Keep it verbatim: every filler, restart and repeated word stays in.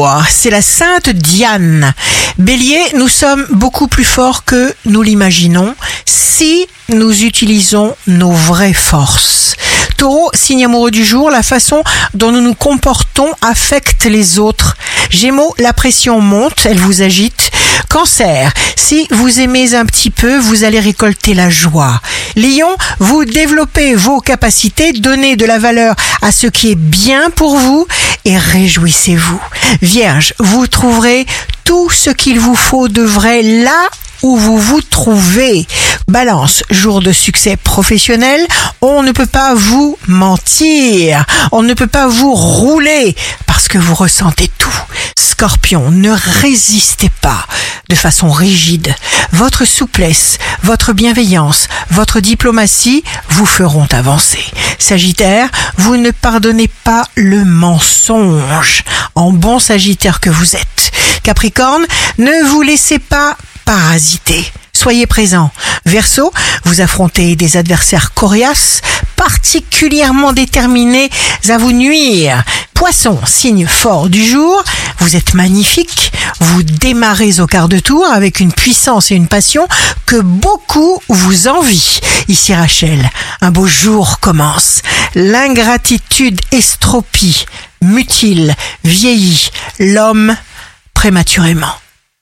jour, c'est la Sainte Diane. Bélier, nous sommes beaucoup plus forts que nous l'imaginons si nous utilisons nos vraies forces. Taureau, signe amoureux du jour, la façon dont nous nous comportons affecte les autres. Gémeaux, la pression monte, elle vous agite. Cancer, si vous aimez un petit peu, vous allez récolter la joie. Lion, vous développez vos capacités, donnez de la valeur à ce qui est bien pour vous et réjouissez-vous. Vierge, vous trouverez tout ce qu'il vous faut de vrai là où vous vous trouvez. Balance, jour de succès professionnel, on ne peut pas vous mentir, on ne peut pas vous rouler parce que vous ressentez tout. Scorpion, ne résistez pas de façon rigide. Votre souplesse, votre bienveillance, votre diplomatie vous feront avancer. Sagittaire, vous ne pardonnez pas le mensonge, en bon Sagittaire que vous êtes. Capricorne, ne vous laissez pas parasiter. Soyez présent. Verseau, vous affrontez des adversaires coriaces, particulièrement déterminés à vous nuire. Poisson, signe fort du jour, vous êtes magnifique, vous démarrez au quart de tour avec une puissance et une passion que beaucoup vous envient. Ici Rachel, un beau jour commence. L'ingratitude estropie, mutile, vieillit l'homme prématurément.